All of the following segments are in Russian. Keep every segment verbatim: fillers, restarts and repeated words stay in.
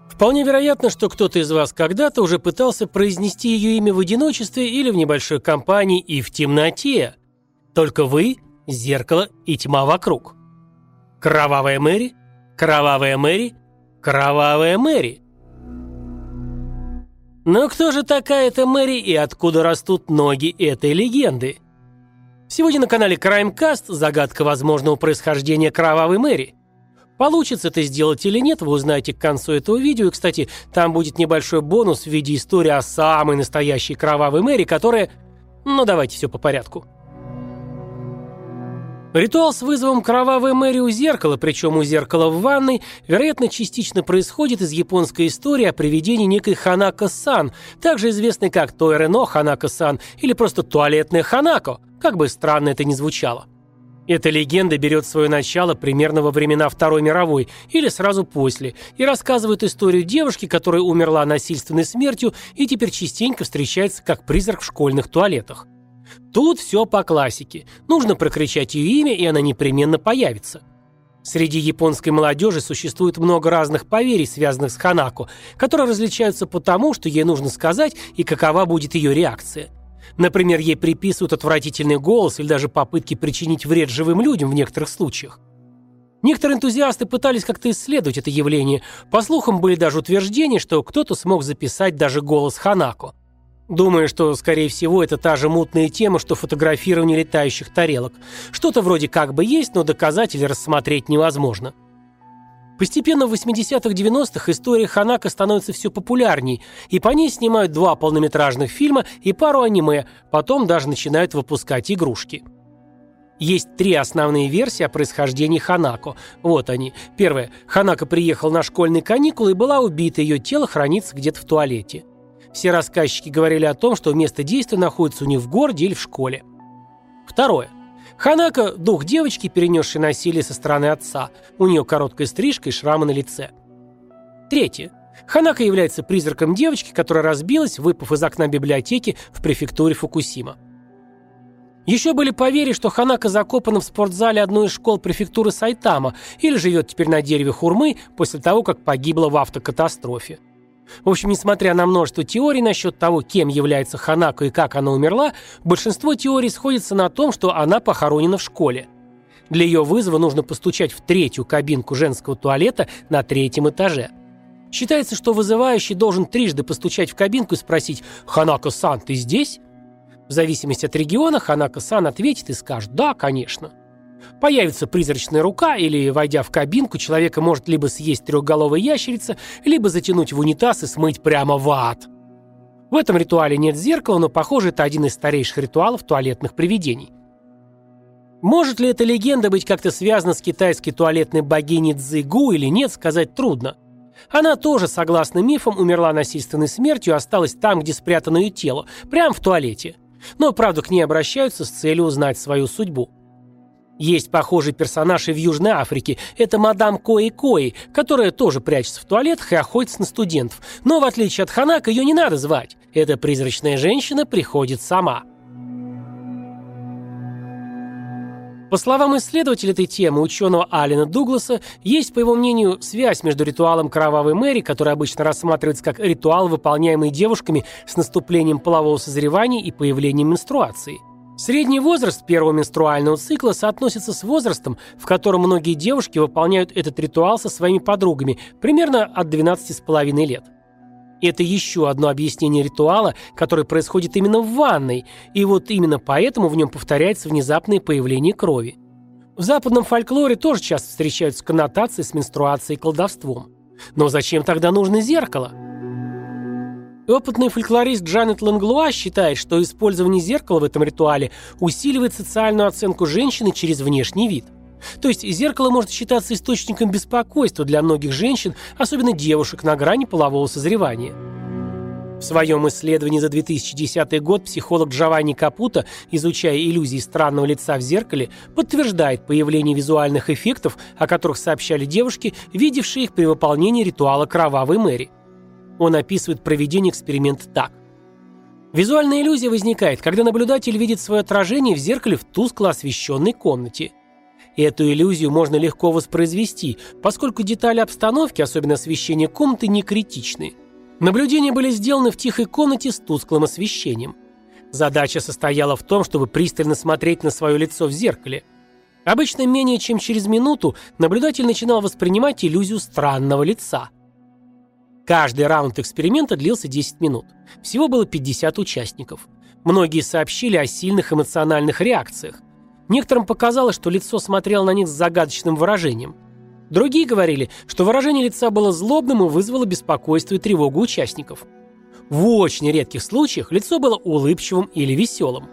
Вполне вероятно, что кто-то из вас когда-то уже пытался произнести ее имя в одиночестве или в небольшой компании и в темноте. Только вы, зеркало и тьма вокруг. Кровавая Мэри, кровавая Мэри, кровавая Мэри. Но кто же такая эта Мэри и откуда растут ноги этой легенды? Сегодня на канале Crimecast загадка возможного происхождения кровавой Мэри. Получится это сделать или нет, вы узнаете к концу этого видео. И, кстати, там будет небольшой бонус в виде истории о самой настоящей кровавой Мэри, которая... Ну, давайте все по порядку. Ритуал с вызовом кровавой Мэри у зеркала, причем у зеркала в ванной, вероятно, частично происходит из японской истории о привидении некой Ханако-сан, также известной как Тойрено Ханако-сан или просто туалетная Ханако, как бы странно это ни звучало. Эта легенда берет свое начало примерно во времена Второй мировой или сразу после и рассказывает историю девушки, которая умерла насильственной смертью и теперь частенько встречается как призрак в школьных туалетах. Тут все по классике. Нужно прокричать ее имя, и она непременно появится. Среди японской молодежи существует много разных поверий, связанных с Ханако, которые различаются по тому, что ей нужно сказать и какова будет ее реакция. Например, ей приписывают отвратительный голос или даже попытки причинить вред живым людям в некоторых случаях. Некоторые энтузиасты пытались как-то исследовать это явление. По слухам, были даже утверждения, что кто-то смог записать даже голос Ханако. Думаю, что, скорее всего, это та же мутная тема, что фотографирование летающих тарелок. Что-то вроде как бы есть, но доказать или рассмотреть невозможно. Постепенно в восьмидесятых-девяностых история Ханако становится все популярней, и по ней снимают два полнометражных фильма и пару аниме, потом даже начинают выпускать игрушки. Есть три основные версии о происхождении Ханако. Вот они. Первая. Ханако приехала на школьные каникулы и была убита, ее тело хранится где-то в туалете. Все рассказчики говорили о том, что место действия находится у них в городе или в школе. Второе. Ханако – дух девочки, перенесшей насилие со стороны отца. У нее короткая стрижка и шрамы на лице. Третье. Ханако является призраком девочки, которая разбилась, выпав из окна библиотеки в префектуре Фукусима. Еще были поверья, что Ханако закопана в спортзале одной из школ префектуры Сайтама или живет теперь на дереве хурмы после того, как погибла в автокатастрофе. В общем, несмотря на множество теорий насчет того, кем является Ханако и как она умерла, большинство теорий сходится на том, что она похоронена в школе. Для ее вызова нужно постучать в третью кабинку женского туалета на третьем этаже. Считается, что вызывающий должен трижды постучать в кабинку и спросить «Ханако-сан, ты здесь?». В зависимости от региона Ханако-сан ответит и скажет «Да, конечно». Появится призрачная рука, или, войдя в кабинку, человека может либо съесть трехголовая ящерица, либо затянуть в унитаз и смыть прямо в ад. В этом ритуале нет зеркала, но, похоже, это один из старейших ритуалов туалетных привидений. Может ли эта легенда быть как-то связана с китайской туалетной богиней Цзыгу или нет, сказать трудно. Она тоже, согласно мифам, умерла насильственной смертью и осталась там, где спрятано ее тело, прямо в туалете. Но, правда, к ней обращаются с целью узнать свою судьбу. Есть похожий персонаж и в Южной Африке. Это мадам Кои-Кои, которая тоже прячется в туалетах и охотится на студентов. Но в отличие от Ханако, ее не надо звать. Эта призрачная женщина приходит сама. По словам исследователя этой темы, ученого Алена Дугласа, есть, по его мнению, связь между ритуалом кровавой Мэри, который обычно рассматривается как ритуал, выполняемый девушками с наступлением полового созревания и появлением менструации. Средний возраст первого менструального цикла соотносится с возрастом, в котором многие девушки выполняют этот ритуал со своими подругами, примерно от двенадцати с половиной лет. Это еще одно объяснение ритуала, который происходит именно в ванной, и вот именно поэтому в нем повторяется внезапное появление крови. В западном фольклоре тоже часто встречаются коннотации с менструацией и колдовством. Но зачем тогда нужно зеркало? Опытный фольклорист Джанет Ланглуа считает, что использование зеркала в этом ритуале усиливает социальную оценку женщины через внешний вид. То есть зеркало может считаться источником беспокойства для многих женщин, особенно девушек на грани полового созревания. В своем исследовании за две тысячи десятый год психолог Джованни Капуто, изучая иллюзии странного лица в зеркале, подтверждает появление визуальных эффектов, о которых сообщали девушки, видевшие их при выполнении ритуала кровавой Мэри. Он описывает проведение эксперимента так. Визуальная иллюзия возникает, когда наблюдатель видит свое отражение в зеркале в тускло освещенной комнате. Эту иллюзию можно легко воспроизвести, поскольку детали обстановки, особенно освещение комнаты, не критичны. Наблюдения были сделаны в тихой комнате с тусклым освещением. Задача состояла в том, чтобы пристально смотреть на свое лицо в зеркале. Обычно менее чем через минуту наблюдатель начинал воспринимать иллюзию странного лица. Каждый раунд эксперимента длился десять минут. Всего было пятьдесят участников. Многие сообщили о сильных эмоциональных реакциях. Некоторым показалось, что лицо смотрело на них с загадочным выражением. Другие говорили, что выражение лица было злобным и вызвало беспокойство и тревогу участников. В очень редких случаях лицо было улыбчивым или веселым.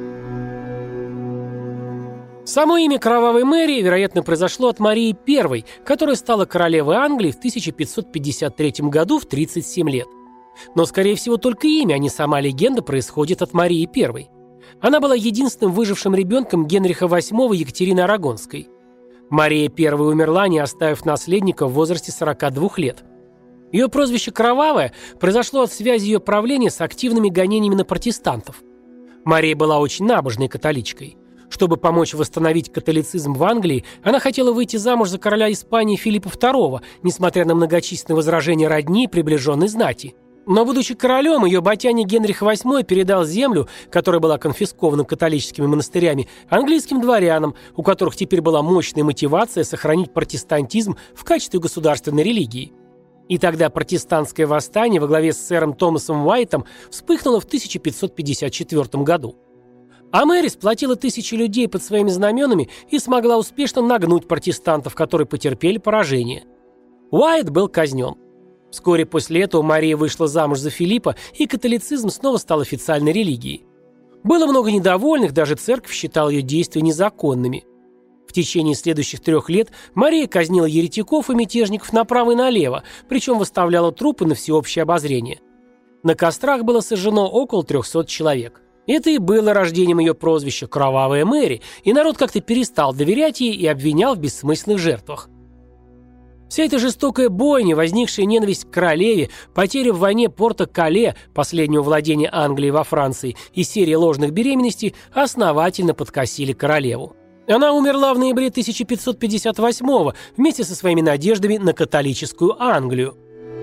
Само имя Кровавой Мэри, вероятно, произошло от Марии Первой, которая стала королевой Англии в тысяча пятьсот пятьдесят третьем году в тридцать семь лет. Но, скорее всего, только имя, а не сама легенда, происходит от Марии Первой. Она была единственным выжившим ребенком Генриха восьмого Екатерины Арагонской. Мария Первая умерла, не оставив наследника в возрасте сорока двух лет. Ее прозвище «Кровавая» произошло от связи ее правления с активными гонениями на протестантов. Мария была очень набожной католичкой. Чтобы помочь восстановить католицизм в Англии, она хотела выйти замуж за короля Испании Филиппа Второго, несмотря на многочисленные возражения родни и приближенной знати. Но, будучи королем, ее батяня Генрих восьмой передал землю, которая была конфискована католическими монастырями, английским дворянам, у которых теперь была мощная мотивация сохранить протестантизм в качестве государственной религии. И тогда протестантское восстание во главе с сэром Томасом Уайтом вспыхнуло в тысяча пятьсот пятьдесят четвёртом году. А Мэри сплотила тысячи людей под своими знаменами и смогла успешно нагнуть протестантов, которые потерпели поражение. Уайт был казнен. Вскоре после этого Мария вышла замуж за Филиппа, и католицизм снова стал официальной религией. Было много недовольных, даже церковь считала ее действия незаконными. В течение следующих трех лет Мария казнила еретиков и мятежников направо и налево, причем выставляла трупы на всеобщее обозрение. На кострах было сожжено около трехсот человек. Это и было рождением ее прозвища «Кровавая Мэри», и народ как-то перестал доверять ей и обвинял в бессмысленных жертвах. Вся эта жестокая бойня, возникшая ненависть к королеве, потеря в войне порта Кале, последнего владения Англии во Франции, и серия ложных беременностей основательно подкосили королеву. Она умерла в ноябре тысяча пятьсот пятьдесят восьмого вместе со своими надеждами на католическую Англию.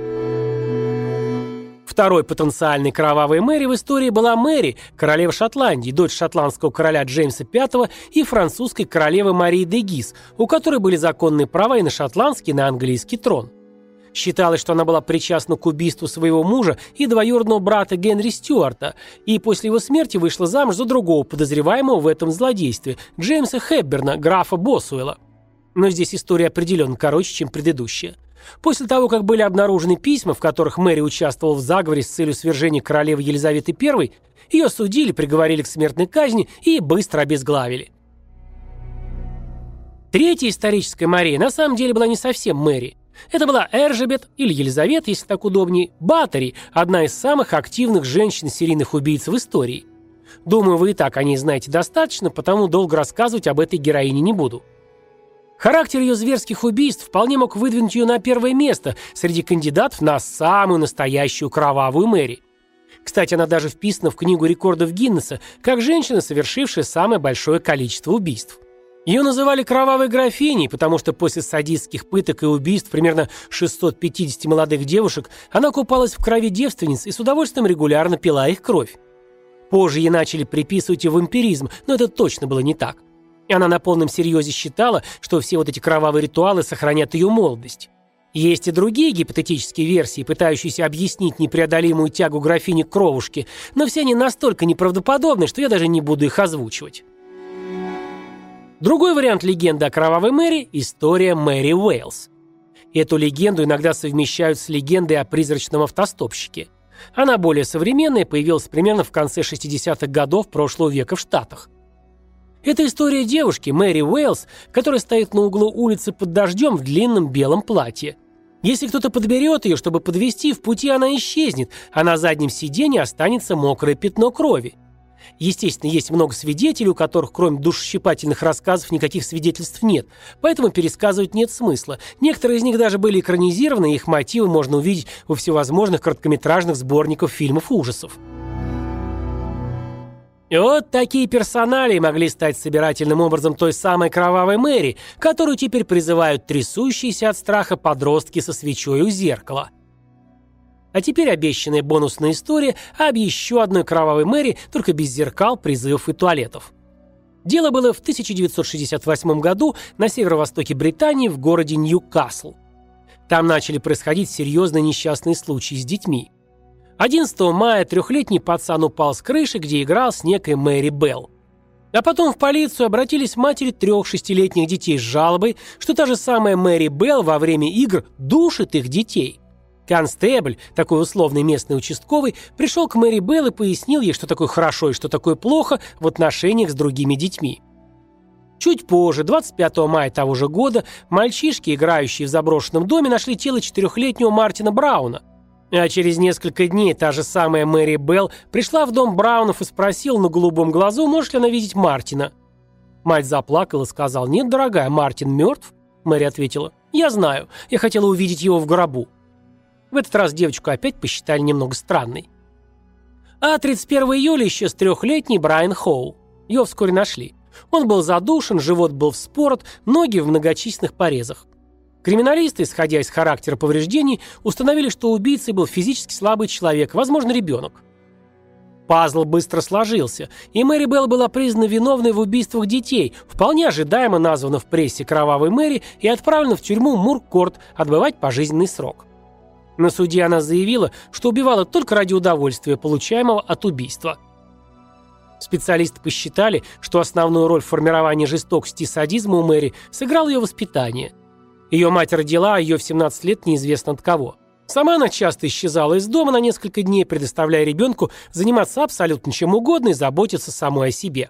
Второй потенциальной кровавой Мэри в истории была Мэри, королева Шотландии, дочь шотландского короля Джеймса Пятого и французской королевы Марии де Гиз, у которой были законные права и на шотландский, и на английский трон. Считалось, что она была причастна к убийству своего мужа и двоюродного брата Генри Стюарта, и после его смерти вышла замуж за другого подозреваемого в этом злодействе, Джеймса Хепберна, графа Босуэлла. Но здесь история определенно короче, чем предыдущая. После того, как были обнаружены письма, в которых Мэри участвовала в заговоре с целью свержения королевы Елизаветы Первой, ее судили, приговорили к смертной казни и быстро обезглавили. Третья историческая Мария на самом деле была не совсем Мэри. Это была Эржебет, или Елизавета, если так удобнее, Баттери, одна из самых активных женщин-серийных убийц в истории. Думаю, вы и так о ней знаете достаточно, потому долго рассказывать об этой героине не буду. Характер ее зверских убийств вполне мог выдвинуть ее на первое место среди кандидатов на самую настоящую кровавую Мэри. Кстати, она даже вписана в книгу рекордов Гиннесса как женщина, совершившая самое большое количество убийств. Ее называли кровавой графиней, потому что после садистских пыток и убийств примерно шестисот пятидесяти молодых девушек она купалась в крови девственниц и с удовольствием регулярно пила их кровь. Позже ей начали приписывать и вампиризм, но это точно было не так. И она на полном серьезе считала, что все вот эти кровавые ритуалы сохранят ее молодость. Есть и другие гипотетические версии, пытающиеся объяснить непреодолимую тягу графини к кровушке, но все они настолько неправдоподобны, что я даже не буду их озвучивать. Другой вариант легенды о кровавой Мэри – история Мэри Уэйлс. Эту легенду иногда совмещают с легендой о призрачном автостопщике. Она более современная, появилась примерно в конце шестидесятых годов прошлого века в Штатах. Это история девушки, Мэри Уэйлс, которая стоит на углу улицы под дождем в длинном белом платье. Если кто-то подберет ее, чтобы подвезти, в пути она исчезнет, а на заднем сиденье останется мокрое пятно крови. Естественно, есть много свидетелей, у которых кроме душещипательных рассказов никаких свидетельств нет, поэтому пересказывать нет смысла. Некоторые из них даже были экранизированы, и их мотивы можно увидеть во всевозможных короткометражных сборниках фильмов ужасов. И вот такие персоналии могли стать собирательным образом той самой кровавой Мэри, которую теперь призывают трясущиеся от страха подростки со свечой у зеркала. А теперь обещанная бонусная история об еще одной кровавой Мэри, только без зеркал, призывов и туалетов. Дело было в тысяча девятьсот шестьдесят восьмом году на северо-востоке Британии в городе Ньюкасл. Там начали происходить серьезные несчастные случаи с детьми. одиннадцатого мая трехлетний пацан упал с крыши, где играл с некой Мэри Белл. А потом в полицию обратились матери трех шестилетних детей с жалобой, что та же самая Мэри Белл во время игр душит их детей. Констебль, такой условный местный участковый, пришел к Мэри Белл и пояснил ей, что такое хорошо и что такое плохо в отношениях с другими детьми. Чуть позже, двадцать пятого мая того же года, мальчишки, играющие в заброшенном доме, нашли тело четырехлетнего Мартина Брауна. А через несколько дней та же самая Мэри Белл пришла в дом Браунов и спросила на голубом глазу, может ли она видеть Мартина. Мать заплакала и сказала: «Нет, дорогая, Мартин мертв». Мэри ответила: «Я знаю, я хотела увидеть его в гробу». В этот раз девочку опять посчитали немного странной. А тридцать первого июля исчез трехлетний Брайан Хоу. Его вскоре нашли. Он был задушен, живот был вспорот, ноги в многочисленных порезах. Криминалисты, исходя из характера повреждений, установили, что убийцей был физически слабый человек, возможно, ребенок. Пазл быстро сложился, и Мэри Белл была признана виновной в убийствах детей, вполне ожидаемо названа в прессе «Кровавой Мэри» и отправлена в тюрьму Муркорт отбывать пожизненный срок. На суде она заявила, что убивала только ради удовольствия, получаемого от убийства. Специалисты посчитали, что основную роль в формировании жестокости и садизма у Мэри сыграло ее воспитание. Ее мать родила, а ее в семнадцать лет неизвестно от кого. Сама она часто исчезала из дома на несколько дней, предоставляя ребенку заниматься абсолютно чем угодно и заботиться самой о себе.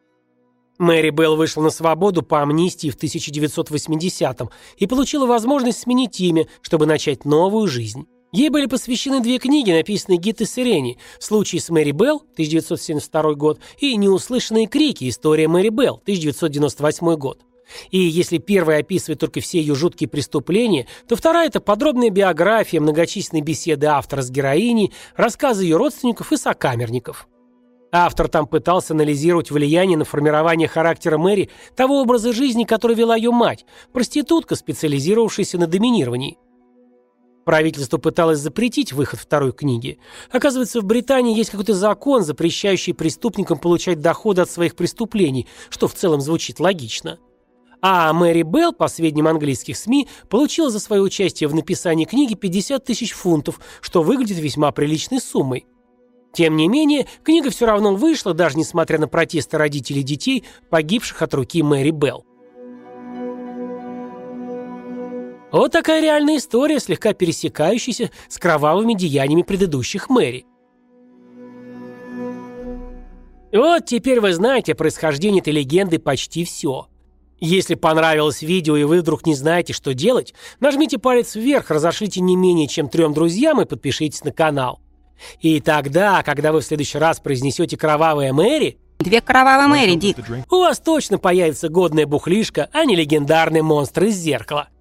Мэри Белл вышла на свободу по амнистии в тысяча девятьсот восьмидесятом и получила возможность сменить имя, чтобы начать новую жизнь. Ей были посвящены две книги, написанные Гиттой Серени: «Случай с Мэри Белл» тысяча девятьсот семьдесят второй год и «Неуслышанные крики. История Мэри Белл» тысяча девятьсот девяносто восьмой год. И если первая описывает только все ее жуткие преступления, то вторая – это подробная биография, многочисленные беседы автора с героиней, рассказы ее родственников и сокамерников. Автор там пытался анализировать влияние на формирование характера Мэри того образа жизни, который вела ее мать, проститутка, специализировавшаяся на доминировании. Правительство пыталось запретить выход второй книги. Оказывается, в Британии есть какой-то закон, запрещающий преступникам получать доходы от своих преступлений, что в целом звучит логично. А Мэри Белл, по сведениям английских СМИ, получила за свое участие в написании книги пятьдесят тысяч фунтов, что выглядит весьма приличной суммой. Тем не менее, книга все равно вышла, даже несмотря на протесты родителей детей, погибших от руки Мэри Белл. Вот такая реальная история, слегка пересекающаяся с кровавыми деяниями предыдущих Мэри. Вот теперь вы знаете о происхождении этой легенды почти все. Если понравилось видео и вы вдруг не знаете, что делать, нажмите палец вверх, разошлите не менее чем трем друзьям и подпишитесь на канал. И тогда, когда вы в следующий раз произнесете «Кровавая Мэри», Две кровавые Мэри, Дик. у вас точно появится годная бухлишка, а не легендарный монстр из зеркала.